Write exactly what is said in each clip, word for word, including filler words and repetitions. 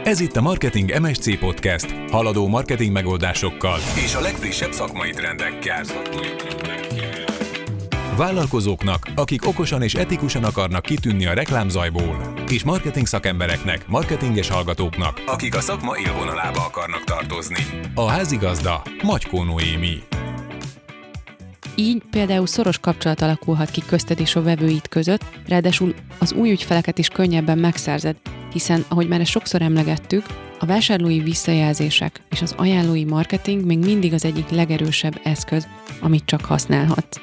Ez itt a Marketing em es cé Podcast, haladó marketing megoldásokkal és a legfrissebb szakmai trendekkel. Vállalkozóknak, akik okosan és etikusan akarnak kitűnni a reklámzajból, és marketing szakembereknek, marketinges hallgatóknak, akik a szakma élvonalába akarnak tartozni. A házigazda Magykó Noémi. Így például szoros kapcsolat alakulhat ki közted és a vevőid között, ráadásul az új ügyfeleket is könnyebben megszerzed, hiszen, ahogy már ezt sokszor emlegettük, a vásárlói visszajelzések és az ajánlói marketing még mindig az egyik legerősebb eszköz, amit csak használhatsz.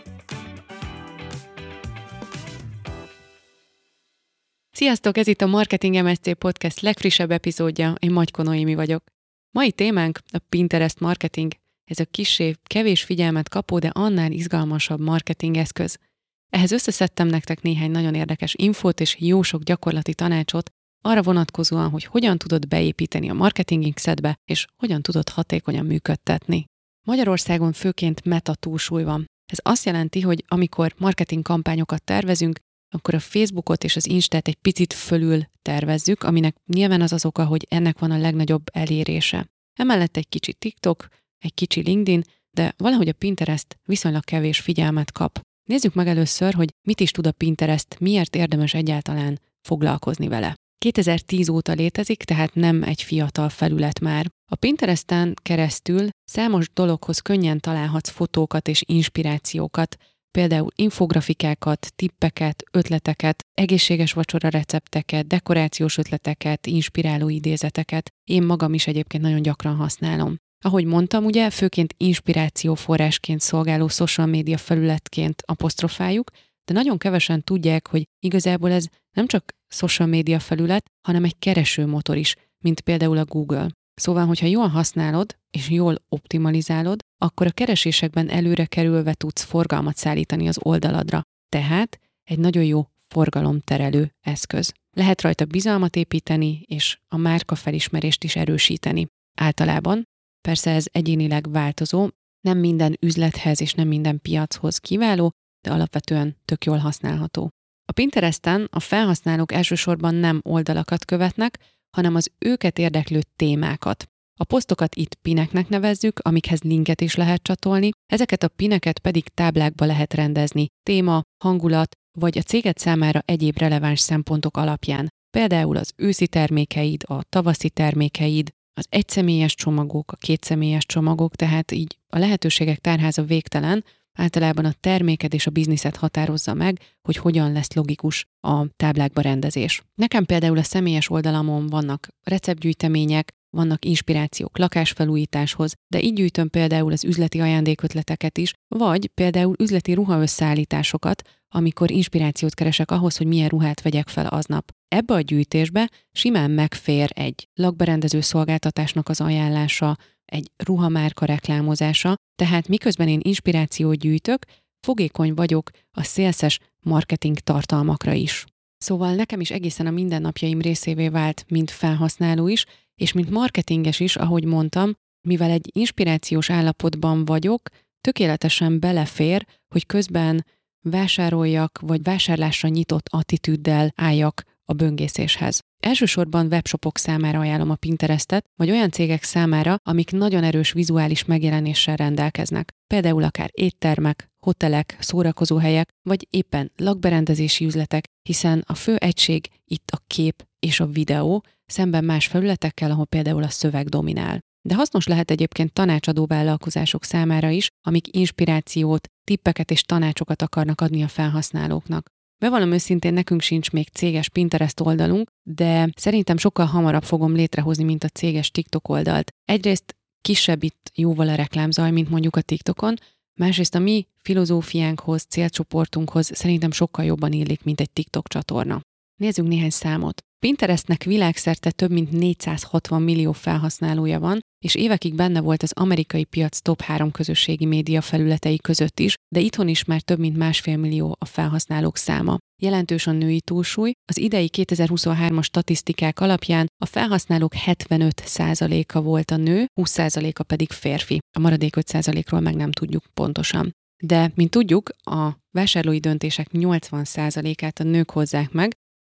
Sziasztok, ez itt a Marketing em es cé Podcast legfrissebb epizódja, én Magykó Noémi vagyok. Mai témánk a Pinterest marketing, ez a kissé kevés figyelmet kapó, de annál izgalmasabb marketing eszköz. Ehhez összeszedtem nektek néhány nagyon érdekes infót és jó sok gyakorlati tanácsot arra vonatkozóan, hogy hogyan tudod beépíteni a marketing mixedbe, és hogyan tudod hatékonyan működtetni. Magyarországon főként meta túlsúly van. Ez azt jelenti, hogy amikor marketing kampányokat tervezünk, akkor a Facebookot és az Instát egy picit fölül tervezzük, aminek nyilván az az oka, hogy ennek van a legnagyobb elérése. Emellett egy kicsi TikTok, egy kicsi LinkedIn, de valahogy a Pinterest viszonylag kevés figyelmet kap. Nézzük meg először, hogy mit is tud a Pinterest, miért érdemes egyáltalán foglalkozni vele. kétezer-tíz óta létezik, tehát nem egy fiatal felület már. A Pinteresten keresztül számos dologhoz könnyen találhatsz fotókat és inspirációkat, például infografikákat, tippeket, ötleteket, egészséges vacsora recepteket, dekorációs ötleteket, inspiráló idézeteket. Én magam is egyébként nagyon gyakran használom. Ahogy mondtam, ugye, főként inspirációforrásként szolgáló social media felületként apostrofáljuk, de nagyon kevesen tudják, hogy igazából ez nem csak social media felület, hanem egy keresőmotor is, mint például a Google. Szóval, hogyha jól használod és jól optimalizálod, akkor a keresésekben előre kerülve tudsz forgalmat szállítani az oldaladra. Tehát egy nagyon jó forgalomterelő eszköz. Lehet rajta bizalmat építeni, és a márka felismerést is erősíteni. Általában, persze ez egyénileg változó, nem minden üzlethez és nem minden piachoz kiváló, de alapvetően tök jól használható. A Pinteresten a felhasználók elsősorban nem oldalakat követnek, hanem az őket érdeklő témákat. A posztokat itt pineknek nevezzük, amikhez linket is lehet csatolni, ezeket a pineket pedig táblákba lehet rendezni, téma, hangulat, vagy a céged számára egyéb releváns szempontok alapján. Például az őszi termékeid, a tavaszi termékeid, az egyszemélyes csomagok, a kétszemélyes csomagok, tehát így a lehetőségek tárháza végtelen, általában a terméked és a bizniszed határozza meg, hogy hogyan lesz logikus a táblákba rendezés. Nekem például a személyes oldalamon vannak receptgyűjtemények, vannak inspirációk lakásfelújításhoz, de így gyűjtöm például az üzleti ajándékötleteket is, vagy például üzleti ruhaösszeállításokat, amikor inspirációt keresek ahhoz, hogy milyen ruhát vegyek fel aznap. Ebbe a gyűjtésbe simán megfér egy lakberendező szolgáltatásnak az ajánlása, egy ruhamárka reklámozása, tehát miközben én inspirációt gyűjtök, fogékony vagyok a szélszes marketing tartalmakra is. Szóval nekem is egészen a mindennapjaim részévé vált, mint felhasználó is, és mint marketinges is, ahogy mondtam, mivel egy inspirációs állapotban vagyok, tökéletesen belefér, hogy közben vásároljak, vagy vásárlásra nyitott attitűddel álljak a böngészéshez. Elsősorban webshopok számára ajánlom a Pinterestet, vagy olyan cégek számára, amik nagyon erős vizuális megjelenéssel rendelkeznek. Például akár éttermek, hotelek, szórakozóhelyek, vagy éppen lakberendezési üzletek, hiszen a fő egység itt a kép és a videó, szemben más felületekkel, ahol például a szöveg dominál. De hasznos lehet egyébként tanácsadó vállalkozások számára is, amik inspirációt, tippeket és tanácsokat akarnak adni a felhasználóknak. Bevallom őszintén, nekünk sincs még céges Pinterest oldalunk, de szerintem sokkal hamarabb fogom létrehozni, mint a céges TikTok oldalt. Egyrészt kisebb itt jóval a reklámzaj, mint mondjuk a TikTokon, másrészt a mi filozófiánkhoz, célcsoportunkhoz szerintem sokkal jobban illik, mint egy TikTok csatorna. Nézzük néhány számot. Pinterestnek világszerte több mint négyszázhatvan millió felhasználója van, és évekig benne volt az amerikai piac top három közösségi média felületei között is, de itthon is már több mint másfél millió a felhasználók száma. Jelentős a női túlsúly, az idei kétezer-huszonhármas statisztikák alapján a felhasználók hetvenöt százaléka volt a nő, húsz százaléka pedig férfi. A maradék öt százalékról meg nem tudjuk pontosan. De, mint tudjuk, a vásárlói döntések nyolcvan százalékát a nők hozzák meg,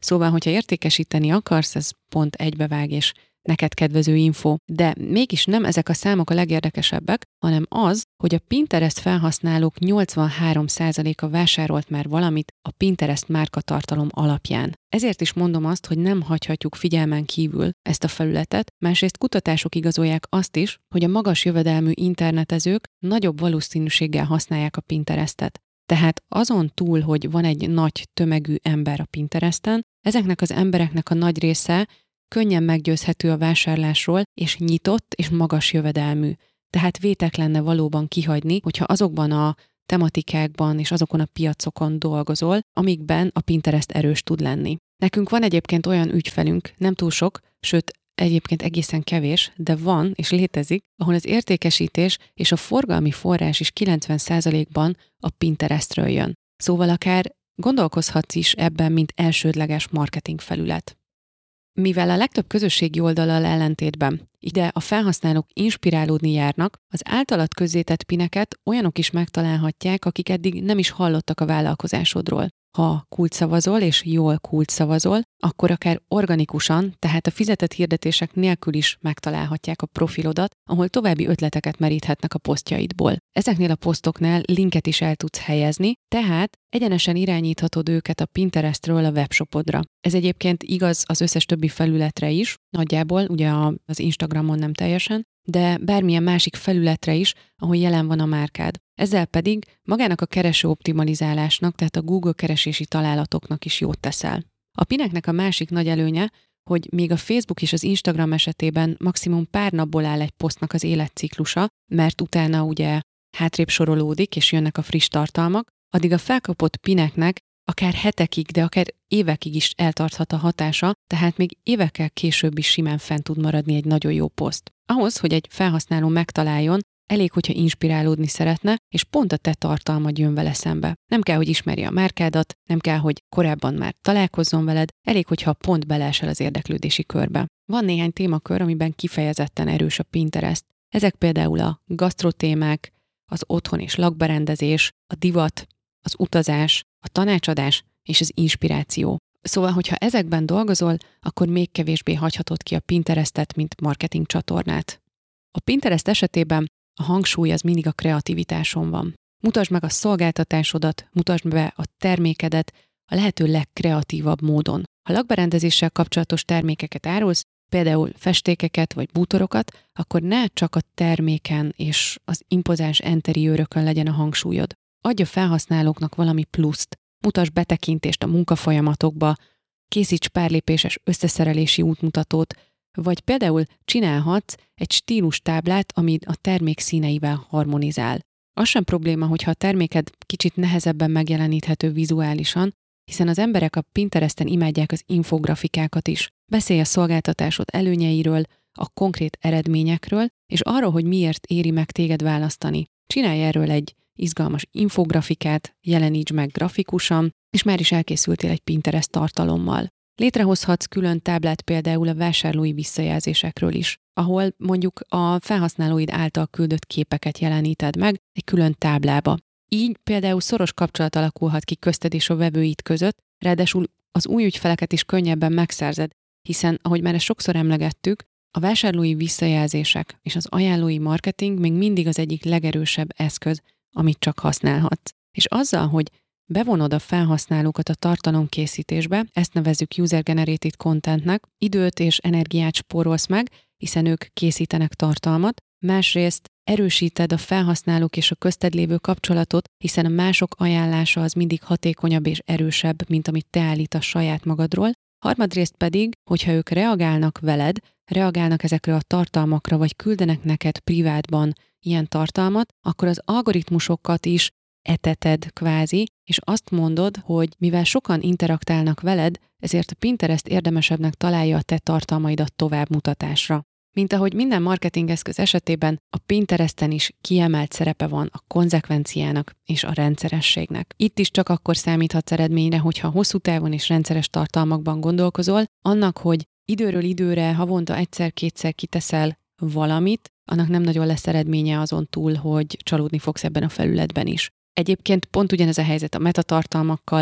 Szóval, hogyha értékesíteni akarsz, ez pont egybevág, és neked kedvező info. De mégis nem ezek a számok a legérdekesebbek, hanem az, hogy a Pinterest felhasználók nyolcvanhárom százaléka vásárolt már valamit a Pinterest márkatartalom alapján. Ezért is mondom azt, hogy nem hagyhatjuk figyelmen kívül ezt a felületet, másrészt kutatások igazolják azt is, hogy a magas jövedelmű internetezők nagyobb valószínűséggel használják a Pinterestet. Tehát azon túl, hogy van egy nagy tömegű ember a Pinteresten, ezeknek az embereknek a nagy része könnyen meggyőzhető a vásárlásról, és nyitott és magas jövedelmű. Tehát vétek lenne valóban kihagyni, hogyha azokban a tematikákban és azokon a piacokon dolgozol, amikben a Pinterest erős tud lenni. Nekünk van egyébként olyan ügyfelünk, nem túl sok, sőt egyébként egészen kevés, de van és létezik, ahol az értékesítés és a forgalmi forrás is kilencven százalékban a Pinterestről jön. Szóval akár gondolkozhatsz is ebben, mint elsődleges marketing felület. Mivel a legtöbb közösségi oldallal ellentétben ide a felhasználók inspirálódni járnak, az általad közzétett pineket olyanok is megtalálhatják, akik eddig nem is hallottak a vállalkozásodról. Ha kulcsszavazol és jól kulcsszavazol, akkor akár organikusan, tehát a fizetett hirdetések nélkül is megtalálhatják a profilodat, ahol további ötleteket meríthetnek a posztjaidból. Ezeknél a posztoknál linket is el tudsz helyezni, tehát egyenesen irányíthatod őket a Pinterestről a webshopodra. Ez egyébként igaz az összes többi felületre is, nagyjából, ugye az Instagramon nem teljesen, de bármilyen másik felületre is, ahol jelen van a márkád. Ezzel pedig magának a kereső optimalizálásnak, tehát a Google keresési találatoknak is jót teszel. A pineknek a másik nagy előnye, hogy még a Facebook és az Instagram esetében maximum pár napból áll egy posztnak az életciklusa, mert utána ugye hátrébb sorolódik, és jönnek a friss tartalmak, addig a felkapott pineknek akár hetekig, de akár évekig is eltarthat a hatása, tehát még évekkel később is simán fent tud maradni egy nagyon jó poszt. Ahhoz, hogy egy felhasználó megtaláljon, elég, hogyha inspirálódni szeretne, és pont a te tartalmad jön vele szembe. Nem kell, hogy ismerje a márkádat, nem kell, hogy korábban már találkozzon veled, elég, hogyha pont beleesel az érdeklődési körbe. Van néhány témakör, amiben kifejezetten erős a Pinterest. Ezek például a gasztrotémák, az otthon és lakberendezés, a divat, az utazás, a tanácsadás és az inspiráció. Szóval, hogyha ezekben dolgozol, akkor még kevésbé hagyhatod ki a Pinterestet, mint marketing csatornát. A Pinterest esetében a hangsúly az mindig a kreativitáson van. Mutasd meg a szolgáltatásodat, mutasd be a termékedet a lehető legkreatívabb módon. Ha lakberendezéssel kapcsolatos termékeket árulsz, például festékeket vagy bútorokat, akkor ne csak a terméken és az impozáns enteriőrökön legyen a hangsúlyod. Adj a felhasználóknak valami pluszt, mutasd betekintést a munkafolyamatokba, készíts párlépéses összeszerelési útmutatót, vagy például csinálhatsz egy stílustáblát, ami a termék színeivel harmonizál. Az sem probléma, hogyha a terméked kicsit nehezebben megjeleníthető vizuálisan, hiszen az emberek a Pinteresten imádják az infografikákat is. Beszélj a szolgáltatásod előnyeiről, a konkrét eredményekről, és arról, hogy miért éri meg téged választani. Csinálj erről egy izgalmas infografikát, jeleníts meg grafikusan, és már is elkészültél egy Pinterest tartalommal. Létrehozhatsz külön táblát például a vásárlói visszajelzésekről is, ahol mondjuk a felhasználóid által küldött képeket jeleníted meg egy külön táblába. Így például szoros kapcsolat alakulhat ki közted és a vevőid között, ráadásul az új ügyfeleket is könnyebben megszerzed, hiszen, ahogy már ezt sokszor emlegettük, a vásárlói visszajelzések és az ajánlói marketing még mindig az egyik legerősebb eszköz, amit csak használhatsz. És azzal, hogy bevonod a felhasználókat a tartalomkészítésbe, ezt nevezzük user-generated contentnek, időt és energiát spórolsz meg, hiszen ők készítenek tartalmat, másrészt erősíted a felhasználók és a közted lévő kapcsolatot, hiszen a mások ajánlása az mindig hatékonyabb és erősebb, mint amit te állítasz saját magadról, harmadrészt pedig, hogyha ők reagálnak veled, reagálnak ezekre a tartalmakra, vagy küldenek neked privátban ilyen tartalmat, akkor az algoritmusokat is eteted kvázi, és azt mondod, hogy mivel sokan interaktálnak veled, ezért a Pinterest érdemesebbnek találja a te tartalmaidat továbbmutatásra. Mint ahogy minden marketingeszköz esetében, a Pinteresten is kiemelt szerepe van a konzekvenciának és a rendszerességnek. Itt is csak akkor számíthatsz eredményre, hogyha hosszú távon és rendszeres tartalmakban gondolkozol, annak, hogy időről időre, havonta egyszer-kétszer kiteszel valamit, annak nem nagyon lesz eredménye azon túl, hogy csalódni fogsz ebben a felületben is. Egyébként pont ugyanez a helyzet a metatartalmakkal,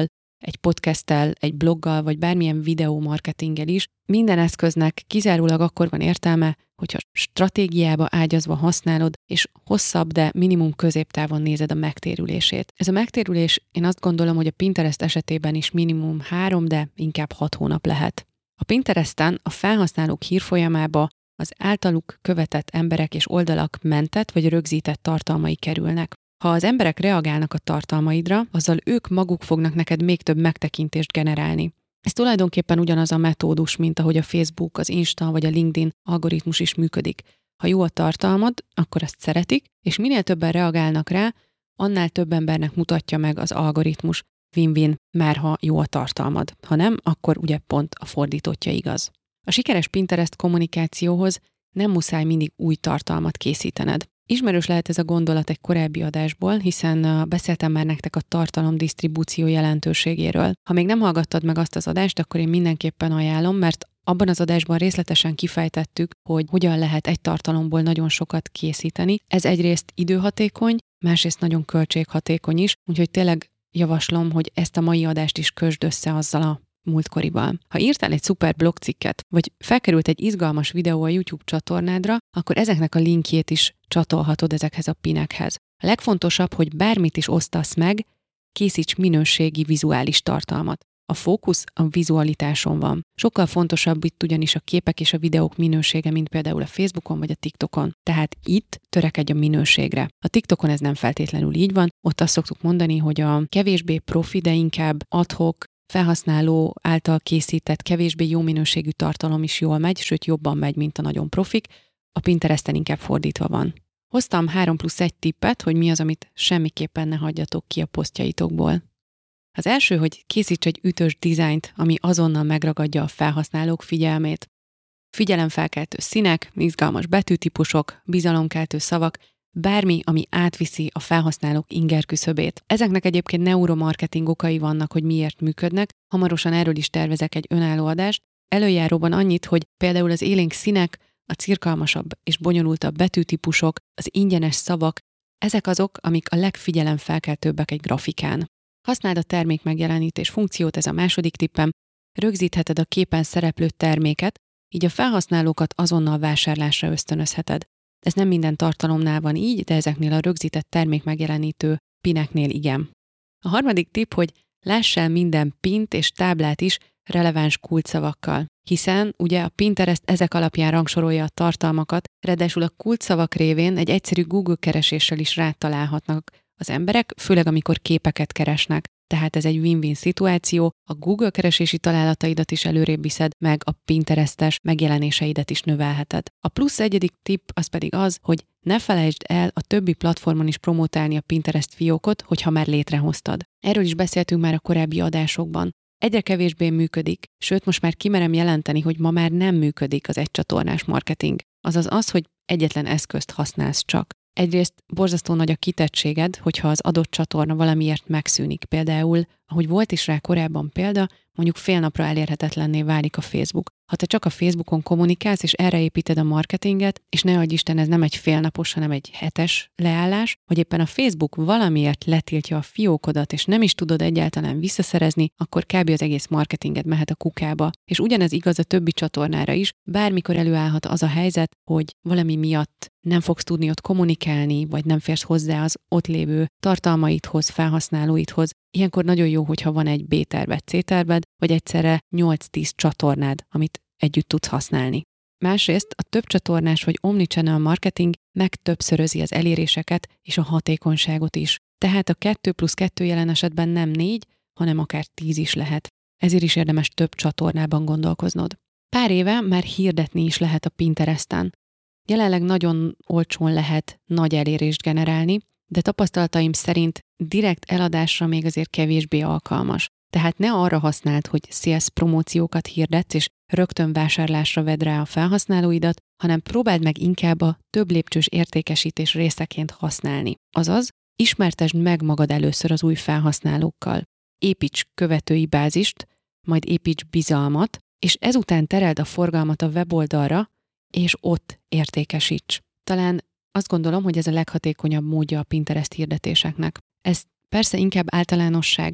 egy podcasttel, egy bloggal, vagy bármilyen videó marketinggel is, minden eszköznek kizárólag akkor van értelme, hogyha stratégiába ágyazva használod, és hosszabb, de minimum középtávon nézed a megtérülését. Ez a megtérülés, én azt gondolom, hogy a Pinterest esetében is minimum három, de inkább hat hónap lehet. A Pinteresten a felhasználók hírfolyamába az általuk követett emberek és oldalak mentett vagy rögzített tartalmai kerülnek. Ha az emberek reagálnak a tartalmaidra, azzal ők maguk fognak neked még több megtekintést generálni. Ez tulajdonképpen ugyanaz a metódus, mint ahogy a Facebook, az Insta vagy a LinkedIn algoritmus is működik. Ha jó a tartalmad, akkor azt szeretik, és minél többen reagálnak rá, annál több embernek mutatja meg az algoritmus. Win-win, már ha jó a tartalmad. Ha nem, akkor ugye pont a fordítottja igaz. A sikeres Pinterest kommunikációhoz nem muszáj mindig új tartalmat készítened. Ismerős lehet ez a gondolat egy korábbi adásból, hiszen beszéltem már nektek a tartalom disztribúció jelentőségéről. Ha még nem hallgattad meg azt az adást, akkor én mindenképpen ajánlom, mert abban az adásban részletesen kifejtettük, hogy hogyan lehet egy tartalomból nagyon sokat készíteni. Ez egyrészt időhatékony, másrészt nagyon költséghatékony is, úgyhogy tényleg javaslom, hogy ezt a mai adást is kösd össze azzal a múltkorival. Ha írtál egy szuper blogcikket, vagy felkerült egy izgalmas videó a YouTube csatornádra, akkor ezeknek a linkjét is csatolhatod ezekhez a pinekhez. A legfontosabb, hogy bármit is osztasz meg, készíts minőségi vizuális tartalmat. A fókusz a vizualitáson van. Sokkal fontosabb itt ugyanis a képek és a videók minősége, mint például a Facebookon vagy a TikTokon. Tehát itt törekedj a minőségre. A TikTokon ez nem feltétlenül így van. Ott azt szoktuk mondani, hogy a kevésbé profi, de inkább ad-hoc, felhasználó által készített, kevésbé jó minőségű tartalom is jól megy, sőt jobban megy, mint a nagyon profik. A Pinteresten inkább fordítva van. Hoztam három plusz egy tippet, hogy mi az, amit semmiképpen ne hagyjatok ki a posztjaitokból. Az első, hogy készíts egy ütős dizájnt, ami azonnal megragadja a felhasználók figyelmét. Figyelemfelkeltő színek, izgalmas betűtípusok, bizalomkeltő szavak, bármi, ami átviszi a felhasználók inger küszöbét. Ezeknek egyébként neuromarketing okai vannak, hogy miért működnek. Hamarosan erről is tervezek egy önálló adást. Előjáróban annyit, hogy például az élénk színek, a cirkalmasabb és bonyolultabb betűtípusok, az ingyenes szavak, ezek azok, amik a legfigyelemfelkeltőbbek egy grafikán. Használd a termék megjelenítés funkciót, ez a második tippem. Rögzítheted a képen szereplő terméket, így a felhasználókat azonnal vásárlásra ösztönözheted. Ez nem minden tartalomnál van így, de ezeknél a rögzített termék megjelenítő pineknél igen. A harmadik tipp, hogy láss el minden pint és táblát is releváns kulcsszavakkal, hiszen ugye a Pinterest ezek alapján rangsorolja a tartalmakat, ráadásul a kulcsszavak révén egy egyszerű Google kereséssel is rátalálhatnak az emberek, főleg amikor képeket keresnek. Tehát ez egy win-win szituáció, a Google keresési találataidat is előrébb viszed, meg a Pinterestes megjelenéseidet is növelheted. A plusz egyedik tipp az pedig az, hogy ne felejtsd el a többi platformon is promotálni a Pinterest fiókot, hogyha már létrehoztad. Erről is beszéltünk már a korábbi adásokban. Egyre kevésbé működik, sőt most már kimerem jelenteni, hogy ma már nem működik az egycsatornás marketing. Azaz az, hogy egyetlen eszközt használsz csak. Egyrészt borzasztó nagy a kitettséged, hogyha az adott csatorna valamiért megszűnik. Például, ahogy volt is rá korábban példa, mondjuk fél napra elérhetetlenné válik a Facebook. Ha te csak a Facebookon kommunikálsz, és erre építed a marketinget, és ne adj Isten, ez nem egy félnapos, hanem egy hetes leállás, vagy éppen a Facebook valamiért letiltja a fiókodat, és nem is tudod egyáltalán visszaszerezni, akkor kb. Az egész marketinged mehet a kukába. És ugyanez igaz a többi csatornára is, bármikor előállhat az a helyzet, hogy valami miatt nem fogsz tudni ott kommunikálni, vagy nem férsz hozzá az ott lévő tartalmaidhoz, felhasználóidhoz. Ilyenkor nagyon jó, hogyha van egy B-terved, C-terved, vagy egyszerre nyolc-tíz csatornád, amit együtt tudsz használni. Másrészt a több csatornás vagy omnichannel marketing megtöbbszörözi az eléréseket és a hatékonyságot is. Tehát a kettő plusz kettő jelen esetben nem négy, hanem akár tíz is lehet. Ezért is érdemes több csatornában gondolkoznod. Pár éve már hirdetni is lehet a Pinteresten. Jelenleg nagyon olcsón lehet nagy elérést generálni, de tapasztalataim szerint direkt eladásra még azért kevésbé alkalmas. Tehát ne arra használd, hogy sales promóciókat hirdetsz, és rögtön vásárlásra vedd rá a felhasználóidat, hanem próbáld meg inkább a több lépcsős értékesítés részeként használni. Azaz, ismertesd meg magad először az új felhasználókkal. Építs követői bázist, majd építs bizalmat, és ezután tereld a forgalmat a weboldalra, és ott értékesíts. Talán azt gondolom, hogy ez a leghatékonyabb módja a Pinterest hirdetéseknek. Ez persze inkább általánosság.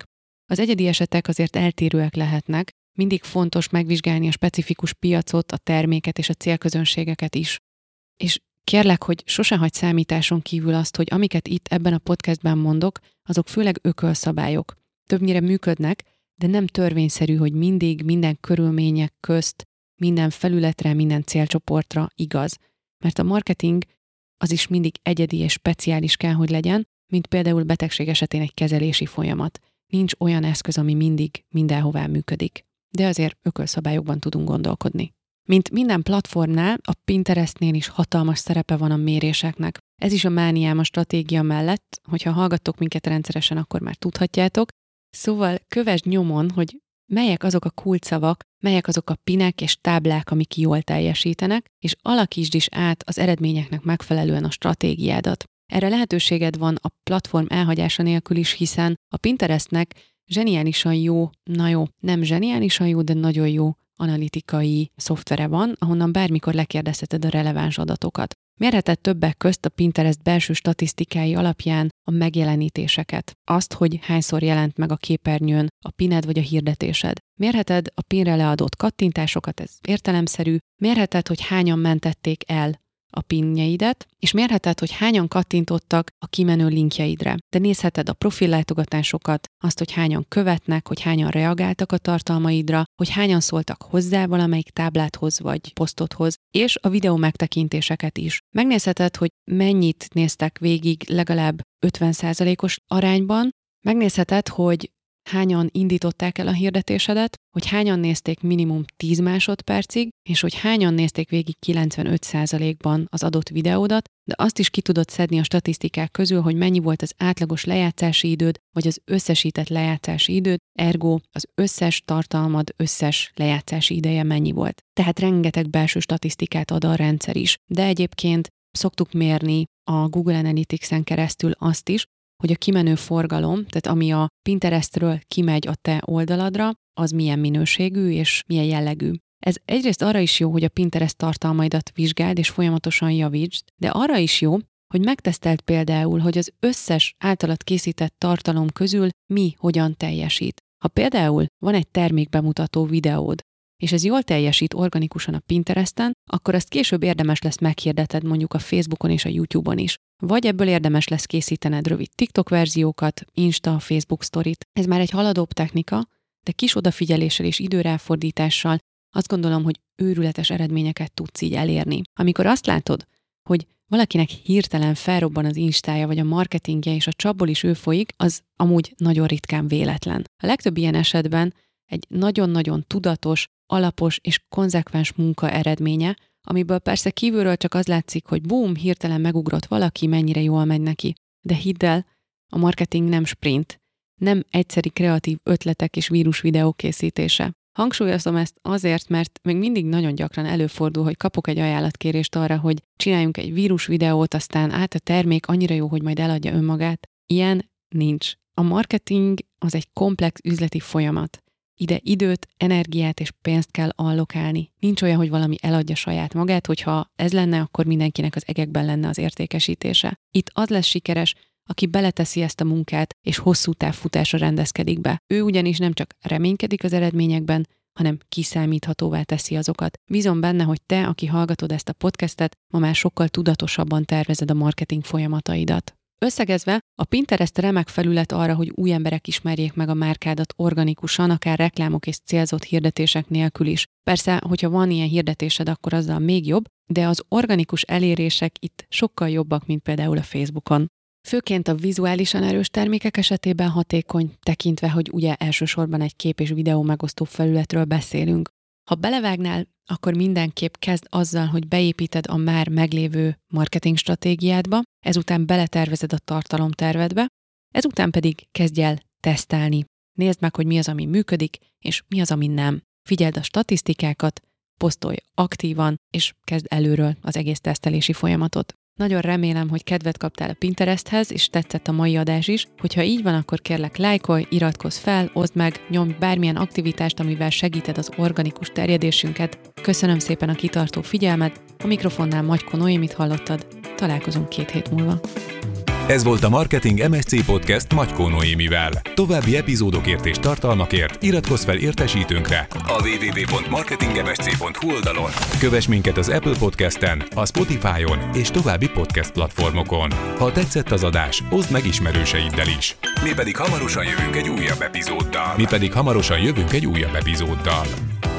Az egyedi esetek azért eltérőek lehetnek, mindig fontos megvizsgálni a specifikus piacot, a terméket és a célközönségeket is. És kérlek, hogy sose hagyj számításon kívül azt, hogy amiket itt ebben a podcastben mondok, azok főleg ökölszabályok. Többnyire működnek, de nem törvényszerű, hogy mindig, minden körülmények közt, minden felületre, minden célcsoportra igaz. Mert a marketing az is mindig egyedi és speciális kell, hogy legyen, mint például betegség esetén egy kezelési folyamat. Nincs olyan eszköz, ami mindig mindenhová működik. De azért ökölszabályokban tudunk gondolkodni. Mint minden platformnál, a Pinterestnél is hatalmas szerepe van a méréseknek. Ez is a mániám a stratégia mellett, hogyha hallgattok minket rendszeresen, akkor már tudhatjátok. Szóval kövesd nyomon, hogy melyek azok a kulcsszavak, melyek azok a pinek és táblák, amik jól teljesítenek, és alakítsd is át az eredményeknek megfelelően a stratégiádat. Erre lehetőséged van a platform elhagyása nélkül is, hiszen a Pinterestnek zseniálisan jó, na jó, nem zseniálisan jó, de nagyon jó analitikai szoftvere van, ahonnan bármikor lekérdezheted a releváns adatokat. Mérheted többek közt a Pinterest belső statisztikái alapján a megjelenítéseket. Azt, hogy hányszor jelent meg a képernyőn a pined vagy a hirdetésed. Mérheted a pinre leadott kattintásokat, ez értelemszerű. Mérheted, hogy hányan mentették el a pinjeidet, és mérheted, hogy hányan kattintottak a kimenő linkjeidre. De nézheted a profillátogatásokat, azt, hogy hányan követnek, hogy hányan reagáltak a tartalmaidra, hogy hányan szóltak hozzá valamelyik tábládhoz vagy posztodhoz, és a videó megtekintéseket is. Megnézheted, hogy mennyit néztek végig legalább ötven százalékos arányban, megnézheted, hogy hányan indították el a hirdetésedet, hogy hányan nézték minimum tíz másodpercig, és hogy hányan nézték végig kilencvenöt százalékban az adott videódat, de azt is ki tudod szedni a statisztikák közül, hogy mennyi volt az átlagos lejátszási időd, vagy az összesített lejátszási időd, ergo az összes tartalmad összes lejátszási ideje mennyi volt. Tehát rengeteg belső statisztikát ad a rendszer is. De egyébként szoktuk mérni a Google Analytics-en keresztül azt is, hogy a kimenő forgalom, tehát ami a Pinterestről kimegy a te oldaladra, az milyen minőségű és milyen jellegű. Ez egyrészt arra is jó, hogy a Pinterest tartalmaidat vizsgáld és folyamatosan javítsd, de arra is jó, hogy megteszteld például, hogy az összes általad készített tartalom közül mi hogyan teljesít. Ha például van egy termékbemutató videód, és ez jól teljesít organikusan a Pinteresten, akkor azt később érdemes lesz meghirdeted mondjuk a Facebookon és a YouTube-on is. Vagy ebből érdemes lesz készítened rövid TikTok verziókat, Insta, Facebook sztorit. Ez már egy haladóbb technika, de kis odafigyeléssel és időráfordítással azt gondolom, hogy őrületes eredményeket tudsz így elérni. Amikor azt látod, hogy valakinek hirtelen felrobban az Instája vagy a marketingje, és a csapból is ő folyik, az amúgy nagyon ritkán véletlen. A legtöbb ilyen esetben egy nagyon-nagyon tudatos, alapos és konzekvens munka eredménye, amiből persze kívülről csak az látszik, hogy bum, hirtelen megugrott valaki, mennyire jól megy neki. De hidd el, a marketing nem sprint, nem egyszeri kreatív ötletek és vírus videók készítése. Hangsúlyozom ezt azért, mert még mindig nagyon gyakran előfordul, hogy kapok egy ajánlatkérést arra, hogy csináljunk egy vírus videót, aztán át a termék annyira jó, hogy majd eladja önmagát. Ilyen nincs. A marketing az egy komplex üzleti folyamat. Ide időt, energiát és pénzt kell allokálni. Nincs olyan, hogy valami eladja saját magát, hogyha ez lenne, akkor mindenkinek az egekben lenne az értékesítése. Itt az lesz sikeres, aki beleteszi ezt a munkát, és hosszú távfutásra rendezkedik be. Ő ugyanis nem csak reménykedik az eredményekben, hanem kiszámíthatóvá teszi azokat. Bízom benne, hogy te, aki hallgatod ezt a podcastet, ma már sokkal tudatosabban tervezed a marketing folyamataidat. Összegezve, a Pinterest remek felület arra, hogy új emberek ismerjék meg a márkádat organikusan, akár reklámok és célzott hirdetések nélkül is. Persze, hogyha van ilyen hirdetésed, akkor azzal még jobb, de az organikus elérések itt sokkal jobbak, mint például a Facebookon. Főként a vizuálisan erős termékek esetében hatékony, tekintve, hogy ugye elsősorban egy kép és videó megosztó felületről beszélünk. Ha belevágnál, akkor mindenképp kezd azzal, hogy beépíted a már meglévő marketing stratégiádba, ezután beletervezed a tartalomtervedbe, ezután pedig kezdj el tesztelni. Nézd meg, hogy mi az, ami működik, és mi az, ami nem. Figyeld a statisztikákat, posztolj aktívan, és kezd előről az egész tesztelési folyamatot. Nagyon remélem, hogy kedvet kaptál a Pinteresthez, és tetszett a mai adás is. Hogyha így van, akkor kérlek lájkolj, iratkozz fel, oszd meg, nyomj bármilyen aktivitást, amivel segíted az organikus terjedésünket. Köszönöm szépen a kitartó figyelmet, a mikrofonnál Magyko Noémit hallottad, találkozunk két hét múlva. Ez volt a Marketing em es cé Podcast Magyko Noémivel. További epizódokért és tartalmakért iratkozz fel értesítőnkre a double-u double-u double-u pont marketing m s c pont h u oldalon. Kövess minket az Apple Podcasten, a Spotify-on és további podcast platformokon. Ha tetszett az adás, oszd meg ismerőseiddel is. Mi pedig hamarosan jövünk egy újabb epizóddal. Mi pedig hamarosan jövünk egy újabb epizóddal.